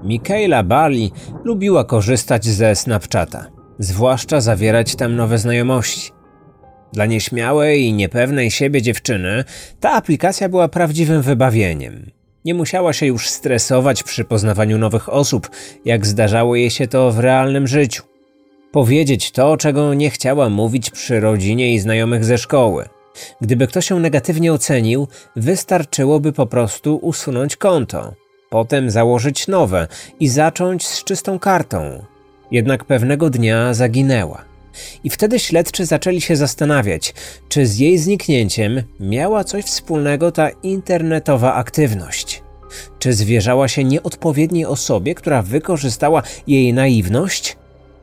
Michaela Bali lubiła korzystać ze Snapchata, zwłaszcza zawierać tam nowe znajomości. Dla nieśmiałej i niepewnej siebie dziewczyny ta aplikacja była prawdziwym wybawieniem. Nie musiała się już stresować przy poznawaniu nowych osób, jak zdarzało jej się to w realnym życiu. Powiedzieć to, czego nie chciała mówić przy rodzinie i znajomych ze szkoły. Gdyby ktoś ją negatywnie ocenił, wystarczyłoby po prostu usunąć konto, potem założyć nowe i zacząć z czystą kartą. Jednak pewnego dnia zaginęła. I wtedy śledczy zaczęli się zastanawiać, czy z jej zniknięciem miała coś wspólnego ta internetowa aktywność. Czy zwierzała się nieodpowiedniej osobie, która wykorzystała jej naiwność?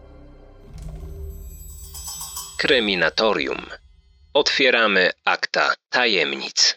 Kryminatorium. Otwieramy akta tajemnic.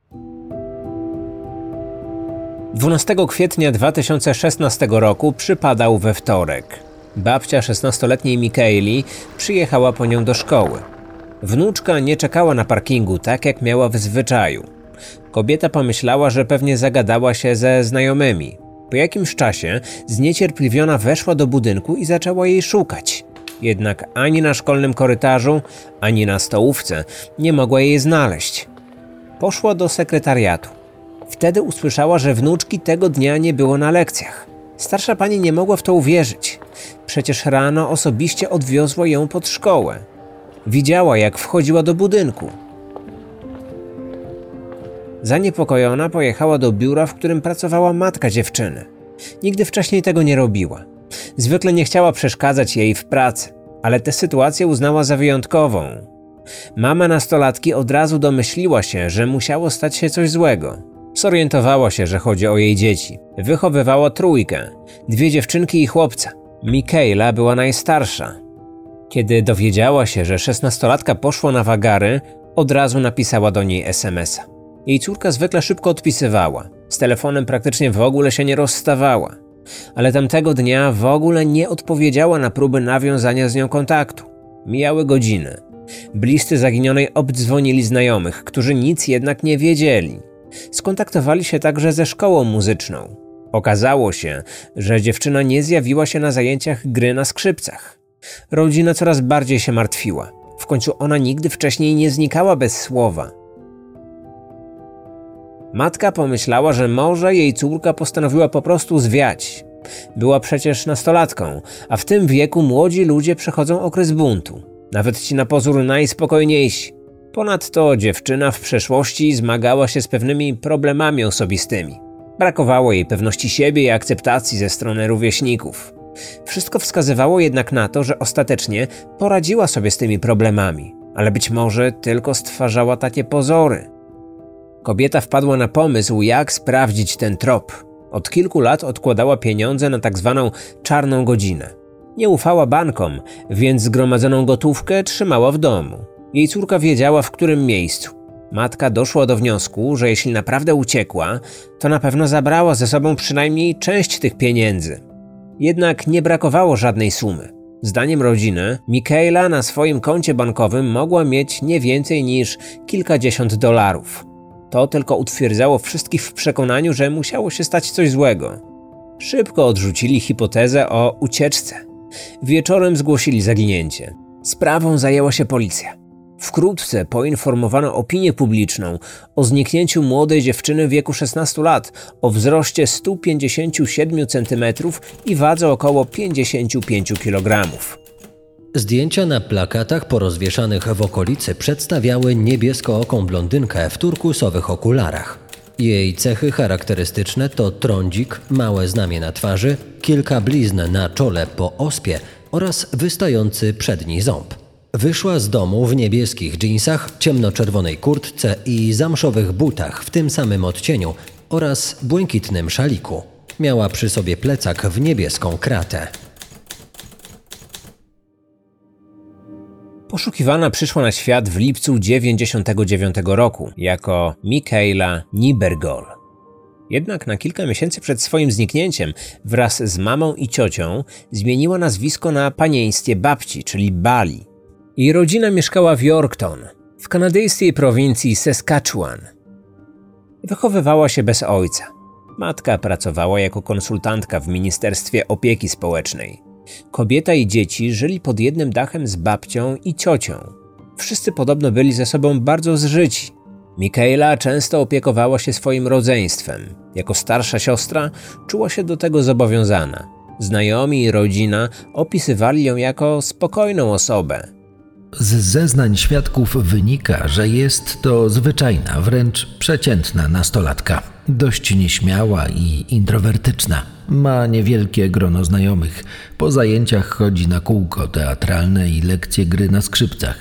12 kwietnia 2016 roku przypadał we wtorek. Babcia 16-letniej Michaeli przyjechała po nią do szkoły. Wnuczka nie czekała na parkingu tak jak miała w zwyczaju. Kobieta pomyślała, że pewnie zagadała się ze znajomymi. Po jakimś czasie zniecierpliwiona weszła do budynku i zaczęła jej szukać. Jednak ani na szkolnym korytarzu, ani na stołówce nie mogła jej znaleźć. Poszła do sekretariatu. Wtedy usłyszała, że wnuczki tego dnia nie było na lekcjach. Starsza pani nie mogła w to uwierzyć. Przecież rano osobiście odwiozła ją pod szkołę. Widziała, jak wchodziła do budynku. Zaniepokojona pojechała do biura, w którym pracowała matka dziewczyny. Nigdy wcześniej tego nie robiła. Zwykle nie chciała przeszkadzać jej w pracy, ale tę sytuację uznała za wyjątkową. Mama nastolatki od razu domyśliła się, że musiało stać się coś złego. Zorientowała się, że chodzi o jej dzieci. Wychowywała trójkę, 2 dziewczynki i chłopca. Michaela była najstarsza. Kiedy dowiedziała się, że 16-latka poszła na wagary, od razu napisała do niej SMS-a. Jej córka zwykle szybko odpisywała. Z telefonem praktycznie w ogóle się nie rozstawała. Ale tamtego dnia w ogóle nie odpowiedziała na próby nawiązania z nią kontaktu. Mijały godziny. Bliscy zaginionej obdzwonili znajomych, którzy nic jednak nie wiedzieli. Skontaktowali się także ze szkołą muzyczną. Okazało się, że dziewczyna nie zjawiła się na zajęciach gry na skrzypcach. Rodzina coraz bardziej się martwiła. W końcu ona nigdy wcześniej nie znikała bez słowa. Matka pomyślała, że może jej córka postanowiła po prostu zwiać. Była przecież nastolatką, a w tym wieku młodzi ludzie przechodzą okres buntu. Nawet ci na pozór najspokojniejsi. Ponadto dziewczyna w przeszłości zmagała się z pewnymi problemami osobistymi. Brakowało jej pewności siebie i akceptacji ze strony rówieśników. Wszystko wskazywało jednak na to, że ostatecznie poradziła sobie z tymi problemami, ale być może tylko stwarzała takie pozory. Kobieta wpadła na pomysł, jak sprawdzić ten trop. Od kilku lat odkładała pieniądze na tak zwaną czarną godzinę. Nie ufała bankom, więc zgromadzoną gotówkę trzymała w domu. Jej córka wiedziała, w którym miejscu. Matka doszła do wniosku, że jeśli naprawdę uciekła, to na pewno zabrała ze sobą przynajmniej część tych pieniędzy. Jednak nie brakowało żadnej sumy. Zdaniem rodziny, Michaela na swoim koncie bankowym mogła mieć nie więcej niż kilkadziesiąt dolarów. To tylko utwierdzało wszystkich w przekonaniu, że musiało się stać coś złego. Szybko odrzucili hipotezę o ucieczce. Wieczorem zgłosili zaginięcie. Sprawą zajęła się policja. Wkrótce poinformowano opinię publiczną o zniknięciu młodej dziewczyny w wieku 16 lat o wzroście 157 cm i wadze około 55 kg. Zdjęcia na plakatach porozwieszanych w okolicy przedstawiały niebieskooką blondynkę w turkusowych okularach. Jej cechy charakterystyczne to trądzik, małe znamie na twarzy, kilka blizn na czole po ospie oraz wystający przedni ząb. Wyszła z domu w niebieskich dżinsach, ciemnoczerwonej kurtce i zamszowych butach w tym samym odcieniu oraz błękitnym szaliku. Miała przy sobie plecak w niebieską kratę. Poszukiwana przyszła na świat w lipcu 1999 roku jako Michaela Niebergall. Jednak na kilka miesięcy przed swoim zniknięciem wraz z mamą i ciocią zmieniła nazwisko na panieńskie babci, czyli Bali. Jej rodzina mieszkała w Yorkton, w kanadyjskiej prowincji Saskatchewan. Wychowywała się bez ojca. Matka pracowała jako konsultantka w Ministerstwie Opieki Społecznej. Kobieta i dzieci żyli pod jednym dachem z babcią i ciocią. Wszyscy podobno byli ze sobą bardzo zżyci. Michaela często opiekowała się swoim rodzeństwem. Jako starsza siostra czuła się do tego zobowiązana. Znajomi i rodzina opisywali ją jako spokojną osobę. Z zeznań świadków wynika, że jest to zwyczajna, wręcz przeciętna nastolatka. Dość nieśmiała i introwertyczna. Ma niewielkie grono znajomych. Po zajęciach chodzi na kółko teatralne i lekcje gry na skrzypcach.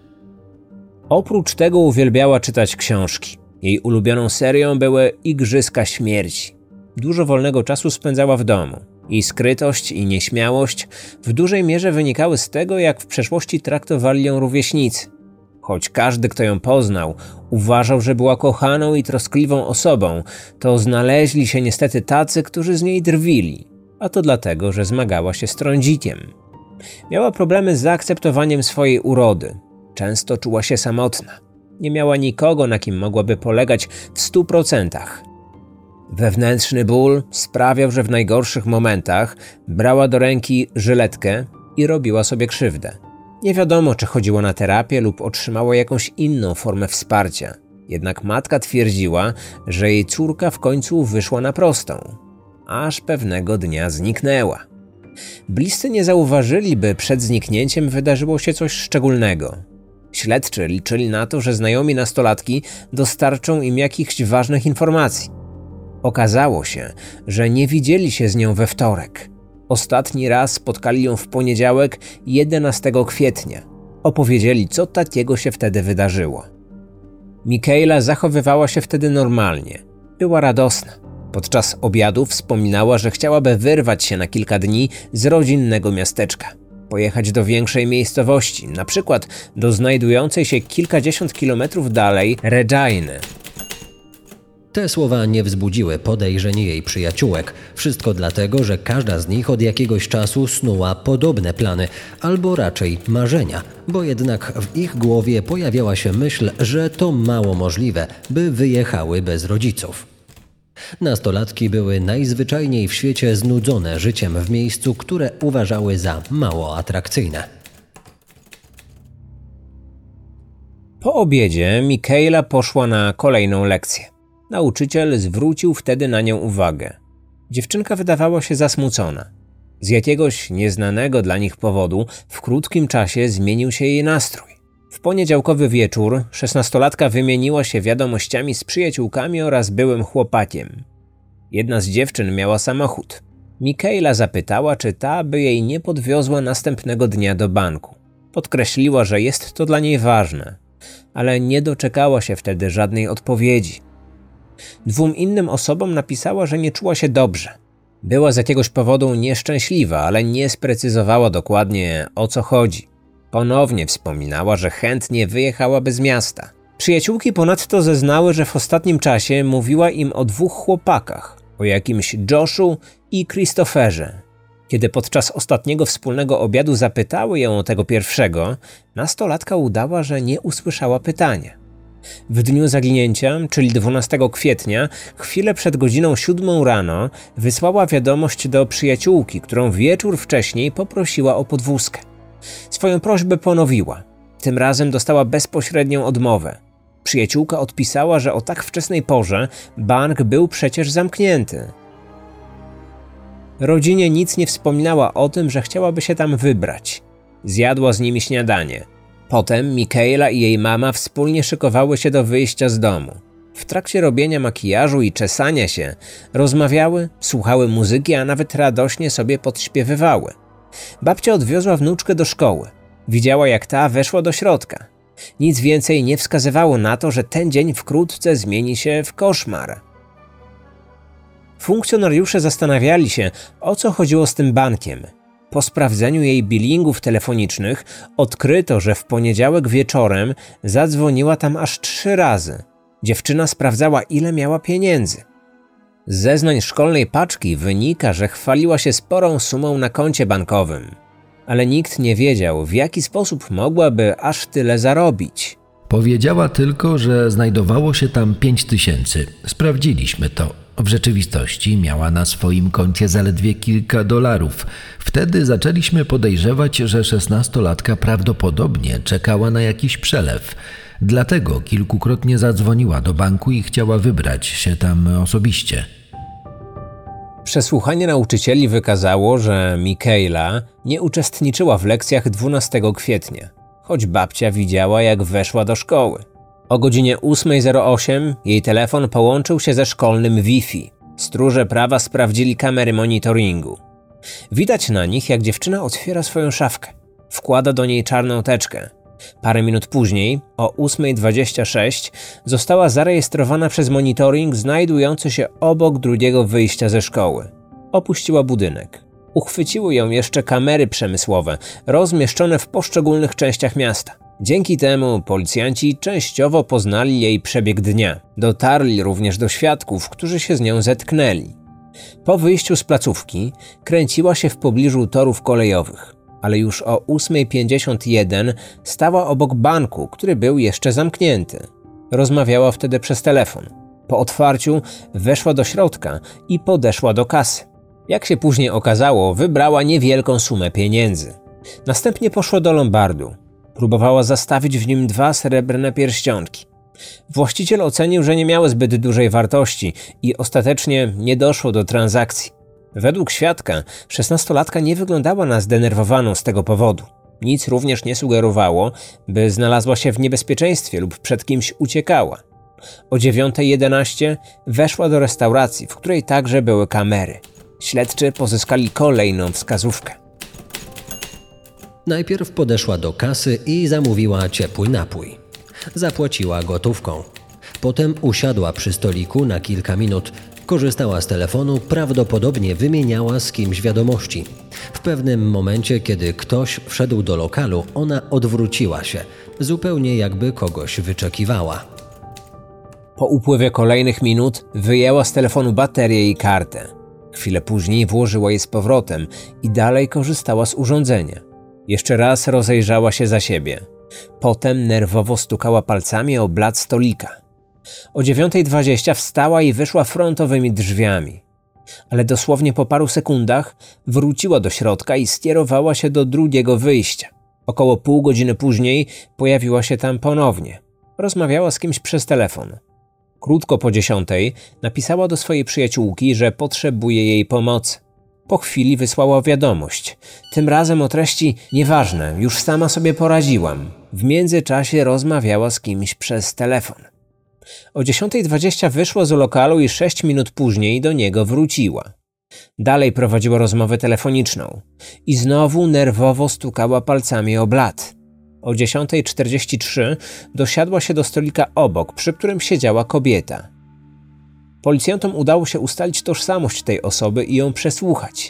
Oprócz tego uwielbiała czytać książki. Jej ulubioną serią były Igrzyska Śmierci. Dużo wolnego czasu spędzała w domu. Jej skrytość i nieśmiałość w dużej mierze wynikały z tego, jak w przeszłości traktowali ją rówieśnicy. Choć każdy, kto ją poznał, uważał, że była kochaną i troskliwą osobą, to znaleźli się niestety tacy, którzy z niej drwili. A to dlatego, że zmagała się z trądzikiem. Miała problemy z zaakceptowaniem swojej urody. Często czuła się samotna. Nie miała nikogo, na kim mogłaby polegać w 100%. Wewnętrzny ból sprawiał, że w najgorszych momentach brała do ręki żyletkę i robiła sobie krzywdę. Nie wiadomo, czy chodziło na terapię lub otrzymała jakąś inną formę wsparcia. Jednak matka twierdziła, że jej córka w końcu wyszła na prostą. Aż pewnego dnia zniknęła. Bliscy nie zauważyli, by przed zniknięciem wydarzyło się coś szczególnego. Śledczy liczyli na to, że znajomi nastolatki dostarczą im jakichś ważnych informacji. Okazało się, że nie widzieli się z nią we wtorek. Ostatni raz spotkali ją w poniedziałek 11 kwietnia. Opowiedzieli, co takiego się wtedy wydarzyło. Michaela zachowywała się wtedy normalnie. Była radosna. Podczas obiadu wspominała, że chciałaby wyrwać się na kilka dni z rodzinnego miasteczka. Pojechać do większej miejscowości, na przykład do znajdującej się kilkadziesiąt kilometrów dalej Reginy. Te słowa nie wzbudziły podejrzeń jej przyjaciółek. Wszystko dlatego, że każda z nich od jakiegoś czasu snuła podobne plany, albo raczej marzenia, bo jednak w ich głowie pojawiała się myśl, że to mało możliwe, by wyjechały bez rodziców. Nastolatki były najzwyczajniej w świecie znudzone życiem w miejscu, które uważały za mało atrakcyjne. Po obiedzie Michaela poszła na kolejną lekcję. Nauczyciel zwrócił wtedy na nią uwagę. Dziewczynka wydawała się zasmucona. Z jakiegoś nieznanego dla nich powodu w krótkim czasie zmienił się jej nastrój. W poniedziałkowy wieczór 16-latka wymieniła się wiadomościami z przyjaciółkami oraz byłym chłopakiem. Jedna z dziewczyn miała samochód. Michaela zapytała, czy ta by jej nie podwiozła następnego dnia do banku. Podkreśliła, że jest to dla niej ważne, ale nie doczekała się wtedy żadnej odpowiedzi. Dwóm innym osobom napisała, że nie czuła się dobrze. Była z jakiegoś powodu nieszczęśliwa, ale nie sprecyzowała dokładnie, o co chodzi. Ponownie wspominała, że chętnie wyjechałaby z miasta. Przyjaciółki ponadto zeznały, że w ostatnim czasie mówiła im o dwóch chłopakach, o jakimś Joshu i Christopherze. Kiedy podczas ostatniego wspólnego obiadu zapytały ją o tego pierwszego, nastolatka udała, że nie usłyszała pytania. W dniu zaginięcia, czyli 12 kwietnia, chwilę przed godziną 7 rano, wysłała wiadomość do przyjaciółki, którą wieczór wcześniej poprosiła o podwózkę. Swoją prośbę ponowiła. Tym razem dostała bezpośrednią odmowę. Przyjaciółka odpisała, że o tak wczesnej porze bank był przecież zamknięty. Rodzinie nic nie wspominała o tym, że chciałaby się tam wybrać. Zjadła z nimi śniadanie. Potem Michaela i jej mama wspólnie szykowały się do wyjścia z domu. W trakcie robienia makijażu i czesania się rozmawiały, słuchały muzyki, a nawet radośnie sobie podśpiewywały. Babcia odwiozła wnuczkę do szkoły. Widziała, jak ta weszła do środka. Nic więcej nie wskazywało na to, że ten dzień wkrótce zmieni się w koszmar. Funkcjonariusze zastanawiali się, o co chodziło z tym bankiem. Po sprawdzeniu jej billingów telefonicznych odkryto, że w poniedziałek wieczorem zadzwoniła tam aż 3 razy. Dziewczyna sprawdzała, ile miała pieniędzy. Z zeznań szkolnej paczki wynika, że chwaliła się sporą sumą na koncie bankowym. Ale nikt nie wiedział, w jaki sposób mogłaby aż tyle zarobić. Powiedziała tylko, że znajdowało się tam 5000. Sprawdziliśmy to. W rzeczywistości miała na swoim koncie zaledwie kilka dolarów. Wtedy zaczęliśmy podejrzewać, że 16-latka prawdopodobnie czekała na jakiś przelew. Dlatego kilkukrotnie zadzwoniła do banku i chciała wybrać się tam osobiście. Przesłuchanie nauczycieli wykazało, że Michaela nie uczestniczyła w lekcjach 12 kwietnia, choć babcia widziała, jak weszła do szkoły. O godzinie 8:08 jej telefon połączył się ze szkolnym Wi-Fi. Stróże prawa sprawdzili kamery monitoringu. Widać na nich, jak dziewczyna otwiera swoją szafkę. Wkłada do niej czarną teczkę. Parę minut później, o 8:26, została zarejestrowana przez monitoring znajdujący się obok drugiego wyjścia ze szkoły. Opuściła budynek. Uchwyciły ją jeszcze kamery przemysłowe, rozmieszczone w poszczególnych częściach miasta. Dzięki temu policjanci częściowo poznali jej przebieg dnia. Dotarli również do świadków, którzy się z nią zetknęli. Po wyjściu z placówki kręciła się w pobliżu torów kolejowych, ale już o 8:51 stała obok banku, który był jeszcze zamknięty. Rozmawiała wtedy przez telefon. Po otwarciu weszła do środka i podeszła do kasy. Jak się później okazało, wybrała niewielką sumę pieniędzy. Następnie poszła do lombardu. Próbowała zastawić w nim 2 srebrne pierścionki. Właściciel ocenił, że nie miały zbyt dużej wartości i ostatecznie nie doszło do transakcji. Według świadka 16-latka nie wyglądała na zdenerwowaną z tego powodu. Nic również nie sugerowało, by znalazła się w niebezpieczeństwie lub przed kimś uciekała. O 9:11 weszła do restauracji, w której także były kamery. Śledczy pozyskali kolejną wskazówkę. Najpierw podeszła do kasy i zamówiła ciepły napój. Zapłaciła gotówką. Potem usiadła przy stoliku na kilka minut. Korzystała z telefonu, prawdopodobnie wymieniała z kimś wiadomości. W pewnym momencie, kiedy ktoś wszedł do lokalu, ona odwróciła się, zupełnie jakby kogoś wyczekiwała. Po upływie kolejnych minut wyjęła z telefonu baterię i kartę. Chwilę później włożyła je z powrotem i dalej korzystała z urządzenia. Jeszcze raz rozejrzała się za siebie. Potem nerwowo stukała palcami o blat stolika. O 9:20 wstała i wyszła frontowymi drzwiami. Ale dosłownie po paru sekundach wróciła do środka i skierowała się do drugiego wyjścia. Około pół godziny później pojawiła się tam ponownie. Rozmawiała z kimś przez telefon. Krótko po 10:00 napisała do swojej przyjaciółki, że potrzebuje jej pomocy. Po chwili wysłała wiadomość. Tym razem o treści: nieważne, już sama sobie poradziłam. W międzyczasie rozmawiała z kimś przez telefon. O 10:20 wyszła z lokalu i 6 minut później do niego wróciła. Dalej prowadziła rozmowę telefoniczną i znowu nerwowo stukała palcami o blat. O 10:43 dosiadła się do stolika obok, przy którym siedziała kobieta. Policjantom udało się ustalić tożsamość tej osoby i ją przesłuchać.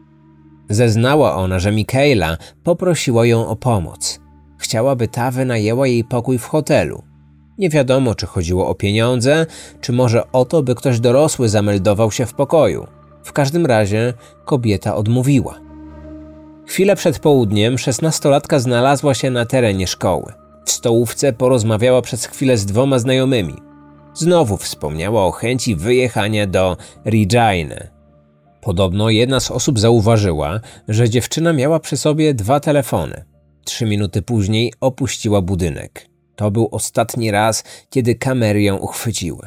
Zeznała ona, że Michaela poprosiła ją o pomoc. Chciała, by ta wynajęła jej pokój w hotelu. Nie wiadomo, czy chodziło o pieniądze, czy może o to, by ktoś dorosły zameldował się w pokoju. W każdym razie kobieta odmówiła. Chwilę przed południem 16-latka znalazła się na terenie szkoły. W stołówce porozmawiała przez chwilę z 2 znajomymi. Znowu wspomniała o chęci wyjechania do Regina. Podobno jedna z osób zauważyła, że dziewczyna miała przy sobie 2 telefony. 3 minuty później opuściła budynek. To był ostatni raz, kiedy kamery ją uchwyciły.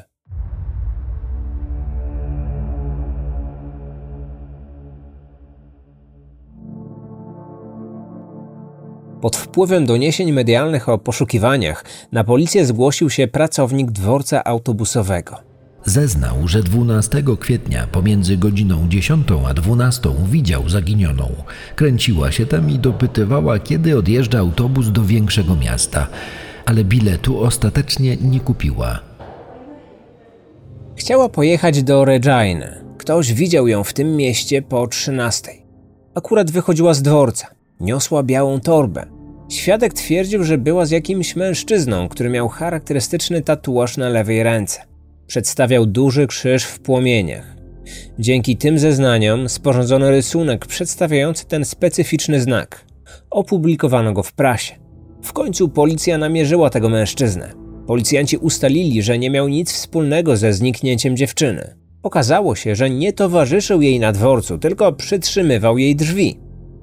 Pod wpływem doniesień medialnych o poszukiwaniach na policję zgłosił się pracownik dworca autobusowego. Zeznał, że 12 kwietnia pomiędzy godziną 10 a 12 widział zaginioną. Kręciła się tam i dopytywała, kiedy odjeżdża autobus do większego miasta, ale biletu ostatecznie nie kupiła. Chciała pojechać do Regina. Ktoś widział ją w tym mieście po 13. Akurat wychodziła z dworca. Niosła białą torbę. Świadek twierdził, że była z jakimś mężczyzną, który miał charakterystyczny tatuaż na lewej ręce. Przedstawiał duży krzyż w płomieniach. Dzięki tym zeznaniom sporządzono rysunek przedstawiający ten specyficzny znak. Opublikowano go w prasie. W końcu policja namierzyła tego mężczyznę. Policjanci ustalili, że nie miał nic wspólnego ze zniknięciem dziewczyny. Okazało się, że nie towarzyszył jej na dworcu, tylko przytrzymywał jej drzwi.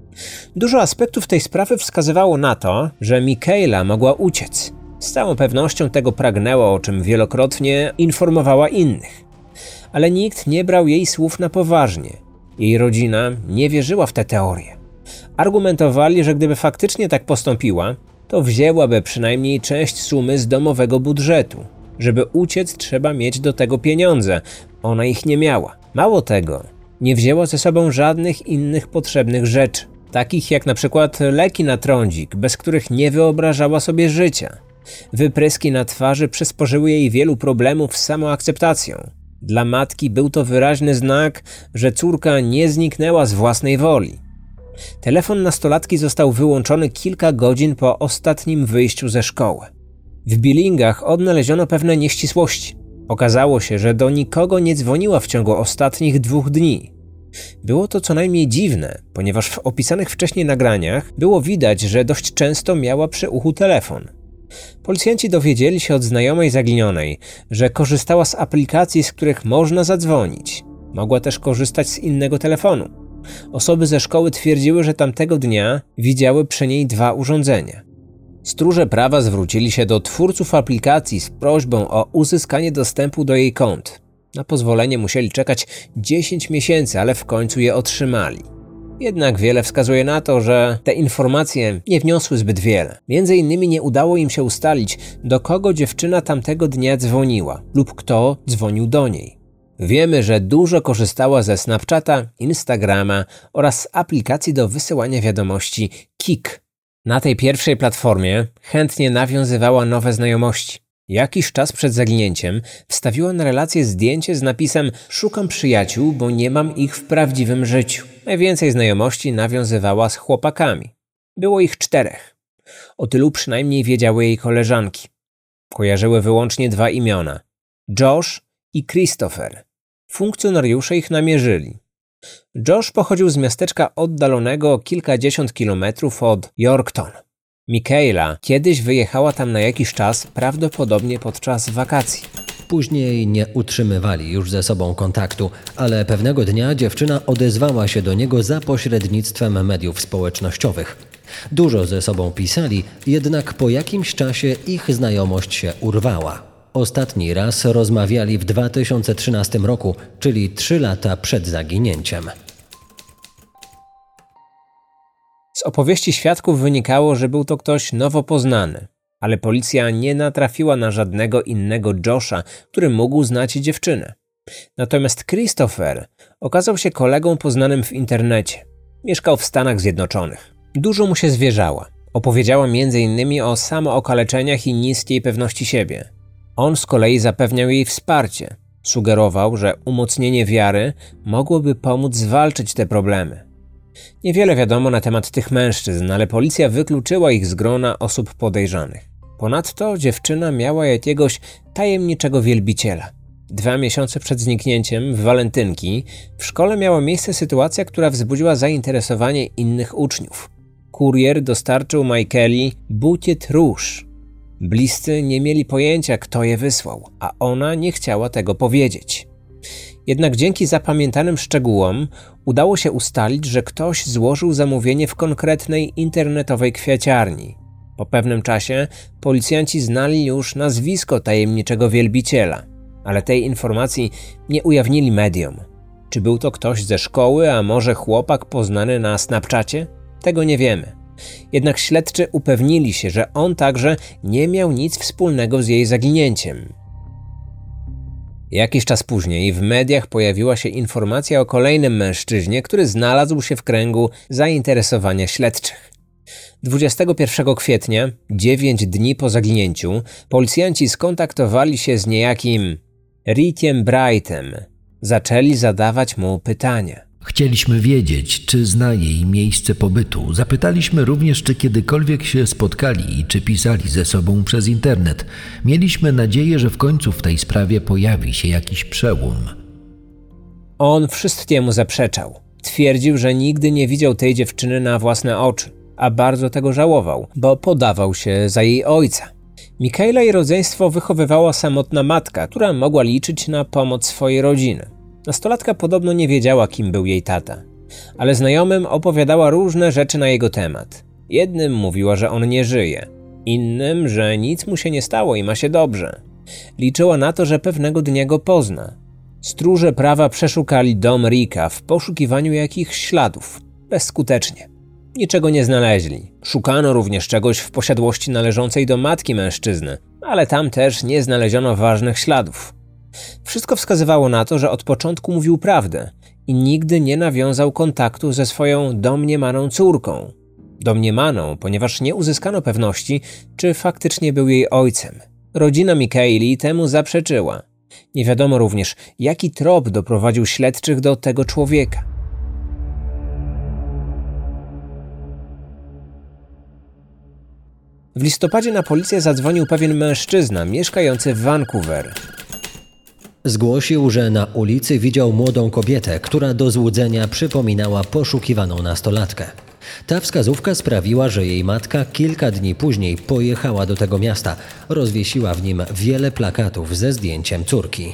Dużo aspektów tej sprawy wskazywało na to, że Michaela mogła uciec. Z całą pewnością tego pragnęła, o czym wielokrotnie informowała innych. Ale nikt nie brał jej słów na poważnie. Jej rodzina nie wierzyła w tę teorię. Argumentowali, że gdyby faktycznie tak postąpiła, to wzięłaby przynajmniej część sumy z domowego budżetu. Żeby uciec, trzeba mieć do tego pieniądze. Ona ich nie miała. Mało tego, nie wzięła ze sobą żadnych innych potrzebnych rzeczy. Takich jak na przykład leki na trądzik, bez których nie wyobrażała sobie życia. Wypryski na twarzy przysporzyły jej wielu problemów z samoakceptacją. Dla matki był to wyraźny znak, że córka nie zniknęła z własnej woli. Telefon nastolatki został wyłączony kilka godzin po ostatnim wyjściu ze szkoły. W billingach odnaleziono pewne nieścisłości. Okazało się, że do nikogo nie dzwoniła w ciągu ostatnich 2 dni. Było to co najmniej dziwne, ponieważ w opisanych wcześniej nagraniach było widać, że dość często miała przy uchu telefon. Policjanci dowiedzieli się od znajomej zaginionej, że korzystała z aplikacji, z których można zadzwonić. Mogła też korzystać z innego telefonu. Osoby ze szkoły twierdziły, że tamtego dnia widziały przy niej 2 urządzenia. Stróże prawa zwrócili się do twórców aplikacji z prośbą o uzyskanie dostępu do jej kont. Na pozwolenie musieli czekać 10 miesięcy, ale w końcu je otrzymali. Jednak wiele wskazuje na to, że te informacje nie wniosły zbyt wiele. Między innymi nie udało im się ustalić, do kogo dziewczyna tamtego dnia dzwoniła lub kto dzwonił do niej. Wiemy, że dużo korzystała ze Snapchata, Instagrama oraz z aplikacji do wysyłania wiadomości Kik. Na tej pierwszej platformie chętnie nawiązywała nowe znajomości. Jakiś czas przed zaginięciem wstawiła na relację zdjęcie z napisem „Szukam przyjaciół, bo nie mam ich w prawdziwym życiu”. Najwięcej znajomości nawiązywała z chłopakami. Było ich 4. O tylu przynajmniej wiedziały jej koleżanki. Kojarzyły wyłącznie 2 imiona – Josh i Christopher. Funkcjonariusze ich namierzyli. Josh pochodził z miasteczka oddalonego o kilkadziesiąt kilometrów od Yorkton. Michaela kiedyś wyjechała tam na jakiś czas, prawdopodobnie podczas wakacji. Później nie utrzymywali już ze sobą kontaktu, ale pewnego dnia dziewczyna odezwała się do niego za pośrednictwem mediów społecznościowych. Dużo ze sobą pisali, jednak po jakimś czasie ich znajomość się urwała. Ostatni raz rozmawiali w 2013 roku, czyli 3 lata przed zaginięciem. Z opowieści świadków wynikało, że był to ktoś nowo poznany, ale policja nie natrafiła na żadnego innego Josha, który mógł znać dziewczynę. Natomiast Christopher okazał się kolegą poznanym w internecie. Mieszkał w Stanach Zjednoczonych. Dużo mu się zwierzała. Opowiedziała m.in. o samookaleczeniach i niskiej pewności siebie. On z kolei zapewniał jej wsparcie. Sugerował, że umocnienie wiary mogłoby pomóc zwalczyć te problemy. Niewiele wiadomo na temat tych mężczyzn, ale policja wykluczyła ich z grona osób podejrzanych. Ponadto dziewczyna miała jakiegoś tajemniczego wielbiciela. 2 miesiące przed zniknięciem, w walentynki, w szkole miała miejsce sytuacja, która wzbudziła zainteresowanie innych uczniów. Kurier dostarczył Michaeli bukiet róż. Bliscy nie mieli pojęcia, kto je wysłał, a ona nie chciała tego powiedzieć. Jednak dzięki zapamiętanym szczegółom udało się ustalić, że ktoś złożył zamówienie w konkretnej internetowej kwiaciarni. Po pewnym czasie policjanci znali już nazwisko tajemniczego wielbiciela, ale tej informacji nie ujawnili mediom. Czy był to ktoś ze szkoły, a może chłopak poznany na Snapchacie? Tego nie wiemy. Jednak śledczy upewnili się, że on także nie miał nic wspólnego z jej zaginięciem. Jakiś czas później w mediach pojawiła się informacja o kolejnym mężczyźnie, który znalazł się w kręgu zainteresowania śledczych. 21 kwietnia, 9 dni po zaginięciu, policjanci skontaktowali się z niejakim Rickiem Brightem. Zaczęli zadawać mu pytania. Chcieliśmy wiedzieć, czy zna jej miejsce pobytu. Zapytaliśmy również, czy kiedykolwiek się spotkali i czy pisali ze sobą przez internet. Mieliśmy nadzieję, że w końcu w tej sprawie pojawi się jakiś przełom. On wszystkiemu zaprzeczał. Twierdził, że nigdy nie widział tej dziewczyny na własne oczy. a bardzo tego żałował, bo podawał się za jej ojca. Michaela i rodzeństwo wychowywała samotna matka, która mogła liczyć na pomoc swojej rodziny. Nastolatka podobno nie wiedziała, kim był jej tata, ale znajomym opowiadała różne rzeczy na jego temat. Jednym mówiła, że on nie żyje, innym, że nic mu się nie stało i ma się dobrze. Liczyła na to, że pewnego dnia go pozna. Stróże prawa przeszukali dom Ricka w poszukiwaniu jakichś śladów. Bezskutecznie. Niczego nie znaleźli. Szukano również czegoś w posiadłości należącej do matki mężczyzny, ale tam też nie znaleziono ważnych śladów. Wszystko wskazywało na to, że od początku mówił prawdę i nigdy nie nawiązał kontaktu ze swoją domniemaną córką. Domniemaną, ponieważ nie uzyskano pewności, czy faktycznie był jej ojcem. Rodzina Michaeli temu zaprzeczyła. Nie wiadomo również, jaki trop doprowadził śledczych do tego człowieka. W listopadzie na policję zadzwonił pewien mężczyzna mieszkający w Vancouver. Zgłosił, że na ulicy widział młodą kobietę, która do złudzenia przypominała poszukiwaną nastolatkę. Ta wskazówka sprawiła, że jej matka kilka dni później pojechała do tego miasta. Rozwiesiła w nim wiele plakatów ze zdjęciem córki.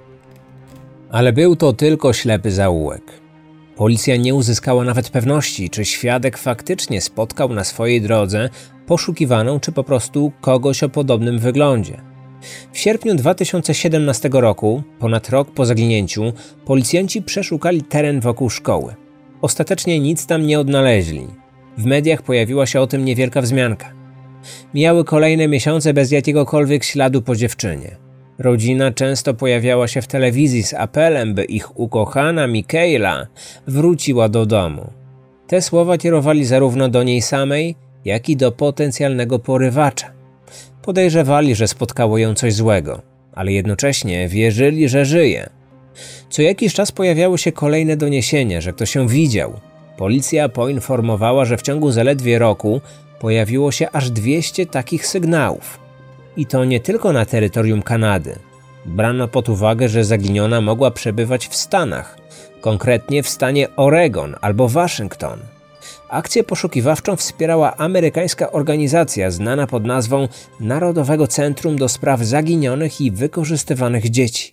Ale był to tylko ślepy zaułek. Policja nie uzyskała nawet pewności, czy świadek faktycznie spotkał na swojej drodze poszukiwaną, czy po prostu kogoś o podobnym wyglądzie. W sierpniu 2017 roku, ponad rok po zaginięciu, policjanci przeszukali teren wokół szkoły. Ostatecznie nic tam nie odnaleźli. W mediach pojawiła się o tym niewielka wzmianka. Mijały kolejne miesiące bez jakiegokolwiek śladu po dziewczynie. Rodzina często pojawiała się w telewizji z apelem, by ich ukochana Michaela wróciła do domu. Te słowa kierowali zarówno do niej samej, jak i do potencjalnego porywacza. Podejrzewali, że spotkało ją coś złego, ale jednocześnie wierzyli, że żyje. Co jakiś czas pojawiały się kolejne doniesienia, że ktoś ją widział. Policja poinformowała, że w ciągu zaledwie roku pojawiło się aż 200 takich sygnałów. I to nie tylko na terytorium Kanady. Brano pod uwagę, że zaginiona mogła przebywać w Stanach, konkretnie w stanie Oregon albo Waszyngton. Akcję poszukiwawczą wspierała amerykańska organizacja znana pod nazwą Narodowego Centrum do Spraw Zaginionych i Wykorzystywanych Dzieci.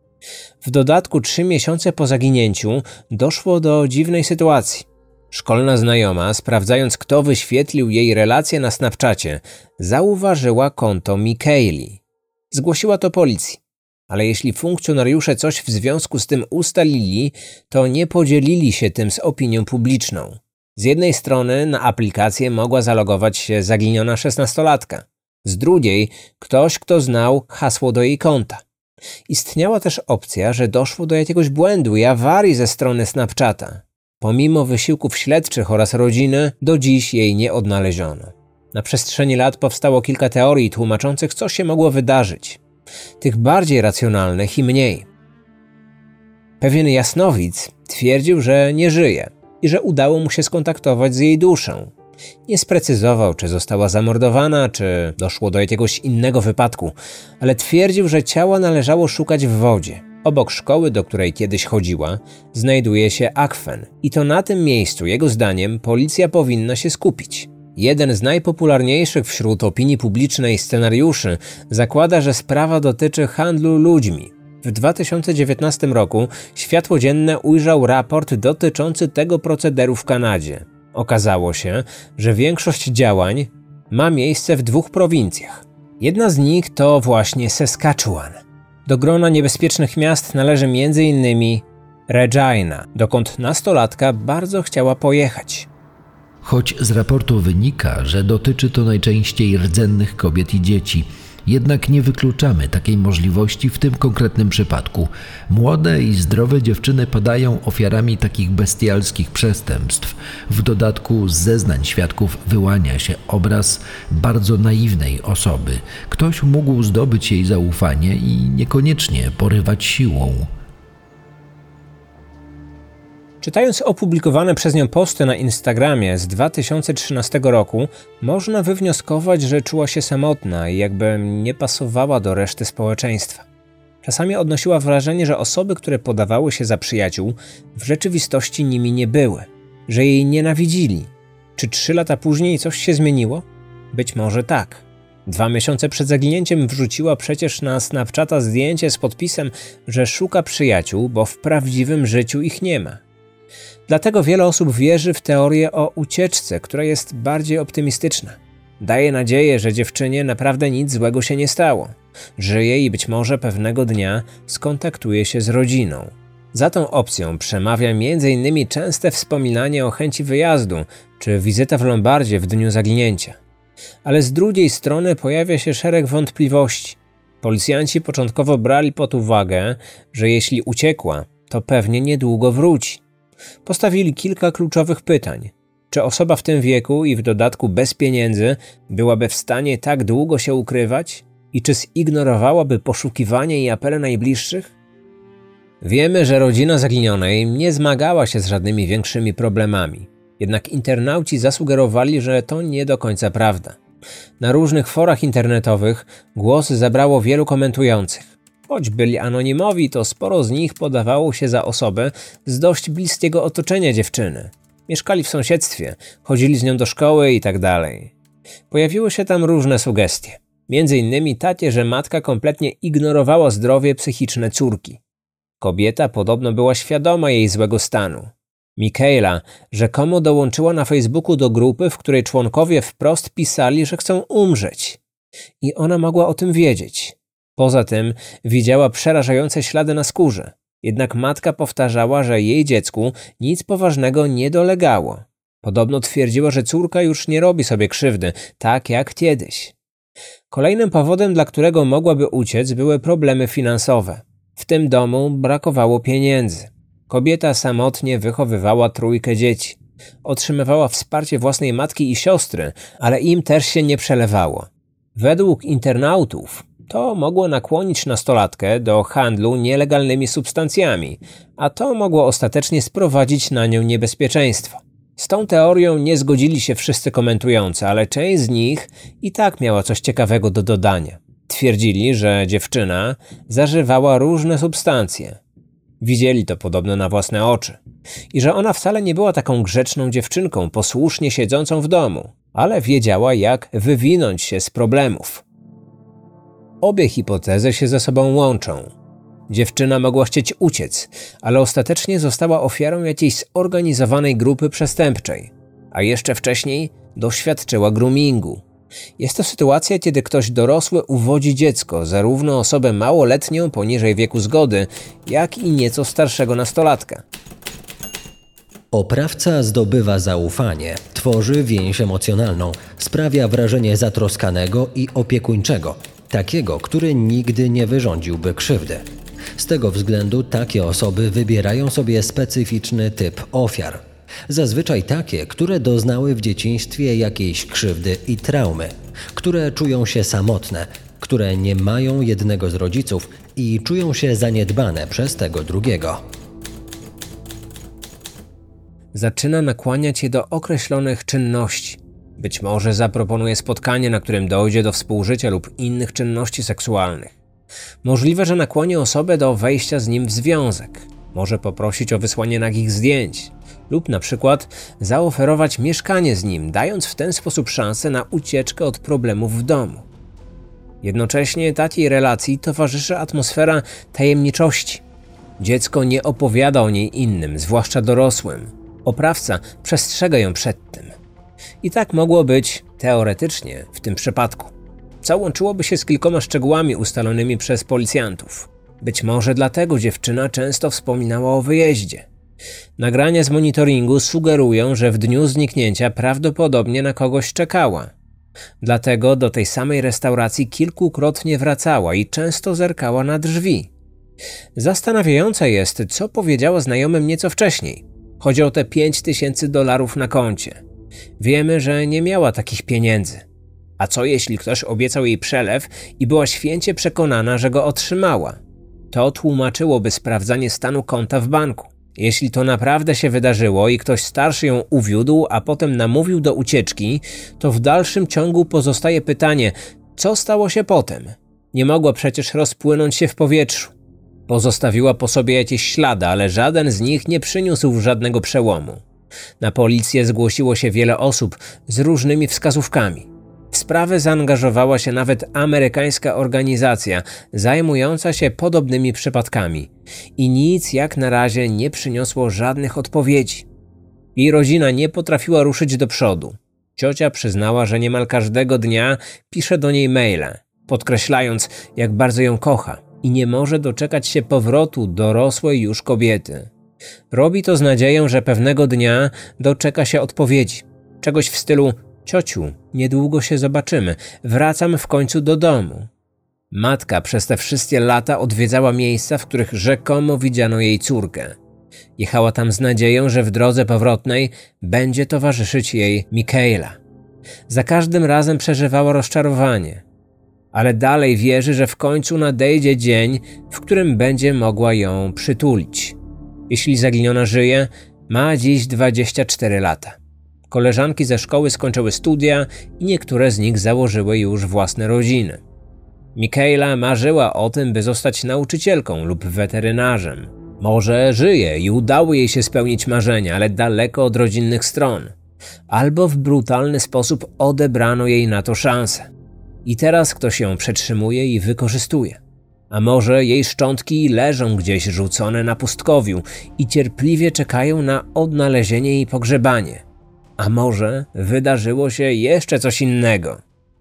W dodatku 3 miesiące po zaginięciu doszło do dziwnej sytuacji. Szkolna znajoma, sprawdzając, kto wyświetlił jej relacje na Snapchacie, zauważyła konto Michaeli. Zgłosiła to policji. Ale jeśli funkcjonariusze coś w związku z tym ustalili, to nie podzielili się tym z opinią publiczną. Z jednej strony na aplikację mogła zalogować się zaginiona 16-latka. Z drugiej ktoś, kto znał hasło do jej konta. Istniała też opcja, że doszło do jakiegoś błędu i awarii ze strony Snapchata. Pomimo wysiłków śledczych oraz rodziny, do dziś jej nie odnaleziono. Na przestrzeni lat powstało kilka teorii tłumaczących, co się mogło wydarzyć. Tych bardziej racjonalnych i mniej. Pewien jasnowidz twierdził, że nie żyje i że udało mu się skontaktować z jej duszą. Nie sprecyzował, czy została zamordowana, czy doszło do jakiegoś innego wypadku, ale twierdził, że ciała należało szukać w wodzie. Obok szkoły, do której kiedyś chodziła, znajduje się akwen i to na tym miejscu, jego zdaniem, policja powinna się skupić. Jeden z najpopularniejszych wśród opinii publicznej scenariuszy zakłada, że sprawa dotyczy handlu ludźmi. W 2019 roku światło dzienne ujrzał raport dotyczący tego procederu w Kanadzie. Okazało się, że większość działań ma miejsce w 2 prowincjach. Jedna z nich to właśnie Saskatchewan. Do grona niebezpiecznych miast należy m.in. Regina, dokąd nastolatka bardzo chciała pojechać. Choć z raportu wynika, że dotyczy to najczęściej rdzennych kobiet i dzieci, jednak nie wykluczamy takiej możliwości w tym konkretnym przypadku. Młode i zdrowe dziewczyny padają ofiarami takich bestialskich przestępstw. W dodatku z zeznań świadków wyłania się obraz bardzo naiwnej osoby. Ktoś mógł zdobyć jej zaufanie i niekoniecznie porywać siłą. Czytając opublikowane przez nią posty na Instagramie z 2013 roku, można wywnioskować, że czuła się samotna i jakby nie pasowała do reszty społeczeństwa. Czasami odnosiła wrażenie, że osoby, które podawały się za przyjaciół, w rzeczywistości nimi nie były, że jej nienawidzili. Czy 3 lata później coś się zmieniło? Być może tak. 2 miesiące przed zaginięciem wrzuciła przecież na Snapchata zdjęcie z podpisem, że szuka przyjaciół, bo w prawdziwym życiu ich nie ma. Dlatego wiele osób wierzy w teorię o ucieczce, która jest bardziej optymistyczna. Daje nadzieję, że dziewczynie naprawdę nic złego się nie stało. Żyje i być może pewnego dnia skontaktuje się z rodziną. Za tą opcją przemawia m.in. częste wspominanie o chęci wyjazdu czy wizyta w Lombardzie w dniu zaginięcia. Ale z drugiej strony pojawia się szereg wątpliwości. Policjanci początkowo brali pod uwagę, że jeśli uciekła, to pewnie niedługo wróci. Postawili kilka kluczowych pytań. Czy osoba w tym wieku i w dodatku bez pieniędzy byłaby w stanie tak długo się ukrywać? I czy zignorowałaby poszukiwanie i apele najbliższych? Wiemy, że rodzina zaginionej nie zmagała się z żadnymi większymi problemami. Jednak internauci zasugerowali, że to nie do końca prawda. Na różnych forach internetowych głos zabrało wielu komentujących. Choć byli anonimowi, to sporo z nich podawało się za osobę z dość bliskiego otoczenia dziewczyny. Mieszkali w sąsiedztwie, chodzili z nią do szkoły itd. Pojawiły się tam różne sugestie. Między innymi takie, że matka kompletnie ignorowała zdrowie psychiczne córki. Kobieta podobno była świadoma jej złego stanu. Michaela rzekomo dołączyła na Facebooku do grupy, w której członkowie wprost pisali, że chcą umrzeć. I ona mogła o tym wiedzieć. Poza tym widziała przerażające ślady na skórze. Jednak matka powtarzała, że jej dziecku nic poważnego nie dolegało. Podobno twierdziła, że córka już nie robi sobie krzywdy, tak jak kiedyś. Kolejnym powodem, dla którego mogłaby uciec, były problemy finansowe. W tym domu brakowało pieniędzy. Kobieta samotnie wychowywała 3 dzieci. Otrzymywała wsparcie własnej matki i siostry, ale im też się nie przelewało. Według internautów to mogło nakłonić nastolatkę do handlu nielegalnymi substancjami, a to mogło ostatecznie sprowadzić na nią niebezpieczeństwo. Z tą teorią nie zgodzili się wszyscy komentujący, ale część z nich i tak miała coś ciekawego do dodania. Twierdzili, że dziewczyna zażywała różne substancje. Widzieli to podobno na własne oczy. I że ona wcale nie była taką grzeczną dziewczynką, posłusznie siedzącą w domu, ale wiedziała, jak wywinąć się z problemów. Obie hipotezy się ze sobą łączą. Dziewczyna mogła chcieć uciec, ale ostatecznie została ofiarą jakiejś zorganizowanej grupy przestępczej, a jeszcze wcześniej doświadczyła groomingu. Jest to sytuacja, kiedy ktoś dorosły uwodzi dziecko, zarówno osobę małoletnią poniżej wieku zgody, jak i nieco starszego nastolatka. Oprawca zdobywa zaufanie, tworzy więź emocjonalną, sprawia wrażenie zatroskanego i opiekuńczego, takiego, który nigdy nie wyrządziłby krzywdy. Z tego względu takie osoby wybierają sobie specyficzny typ ofiar. Zazwyczaj takie, które doznały w dzieciństwie jakiejś krzywdy i traumy, które czują się samotne, które nie mają jednego z rodziców i czują się zaniedbane przez tego drugiego. Zaczyna nakłaniać je do określonych czynności. Być może zaproponuje spotkanie, na którym dojdzie do współżycia lub innych czynności seksualnych. Możliwe, że nakłoni osobę do wejścia z nim w związek. Może poprosić o wysłanie nagich zdjęć lub na przykład zaoferować mieszkanie z nim, dając w ten sposób szansę na ucieczkę od problemów w domu. Jednocześnie takiej relacji towarzyszy atmosfera tajemniczości. Dziecko nie opowiada o niej innym, zwłaszcza dorosłym. Oprawca przestrzega ją przed tym. I tak mogło być teoretycznie w tym przypadku. Co łączyłoby się z kilkoma szczegółami ustalonymi przez policjantów. Być może dlatego dziewczyna często wspominała o wyjeździe. Nagrania z monitoringu sugerują, że w dniu zniknięcia prawdopodobnie na kogoś czekała. Dlatego do tej samej restauracji kilkukrotnie wracała i często zerkała na drzwi. Zastanawiające jest, co powiedziała znajomym nieco wcześniej. Chodzi o te $5000 na koncie. Wiemy, że nie miała takich pieniędzy. A co jeśli ktoś obiecał jej przelew i była święcie przekonana, że go otrzymała? To tłumaczyłoby sprawdzanie stanu konta w banku. Jeśli to naprawdę się wydarzyło i ktoś starszy ją uwiódł, a potem namówił do ucieczki, to w dalszym ciągu pozostaje pytanie, co stało się potem? Nie mogła przecież rozpłynąć się w powietrzu. Pozostawiła po sobie jakieś ślady, ale żaden z nich nie przyniósł żadnego przełomu. Na policję zgłosiło się wiele osób z różnymi wskazówkami. W sprawę zaangażowała się nawet amerykańska organizacja zajmująca się podobnymi przypadkami i nic jak na razie nie przyniosło żadnych odpowiedzi. Jej rodzina nie potrafiła ruszyć do przodu. Ciocia przyznała, że niemal każdego dnia pisze do niej maile, podkreślając, jak bardzo ją kocha i nie może doczekać się powrotu dorosłej już kobiety. Robi to z nadzieją, że pewnego dnia doczeka się odpowiedzi. Czegoś w stylu: ciociu, niedługo się zobaczymy, wracam w końcu do domu. Matka przez te wszystkie lata odwiedzała miejsca, w których rzekomo widziano jej córkę. Jechała tam z nadzieją, że w drodze powrotnej będzie towarzyszyć jej Michaela. Za każdym razem przeżywała rozczarowanie, ale dalej wierzy, że w końcu nadejdzie dzień, w którym będzie mogła ją przytulić. Jeśli zaginiona żyje, ma dziś 24 lata. Koleżanki ze szkoły skończyły studia i niektóre z nich założyły już własne rodziny. Michaela marzyła o tym, by zostać nauczycielką lub weterynarzem. Może żyje i udało jej się spełnić marzenia, ale daleko od rodzinnych stron. Albo w brutalny sposób odebrano jej na to szansę. I teraz ktoś ją przetrzymuje i wykorzystuje. A może jej szczątki leżą gdzieś rzucone na pustkowiu i cierpliwie czekają na odnalezienie i pogrzebanie. A może wydarzyło się jeszcze coś innego.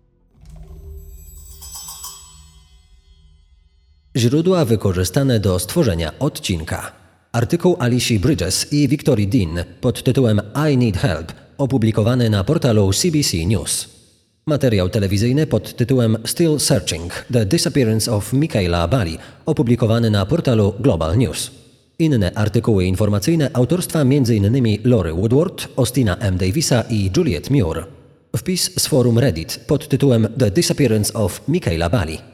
Źródła wykorzystane do stworzenia odcinka. Artykuł Alicia Bridges i Victory Dean pod tytułem I Need Help, opublikowany na portalu CBC News. Materiał telewizyjny pod tytułem Still Searching – The Disappearance of Michaela Bali, opublikowany na portalu Global News. Inne artykuły informacyjne autorstwa m.in. Lori Woodward, Austina M. Davisa i Juliet Muir. Wpis z forum Reddit pod tytułem The Disappearance of Michaela Bali.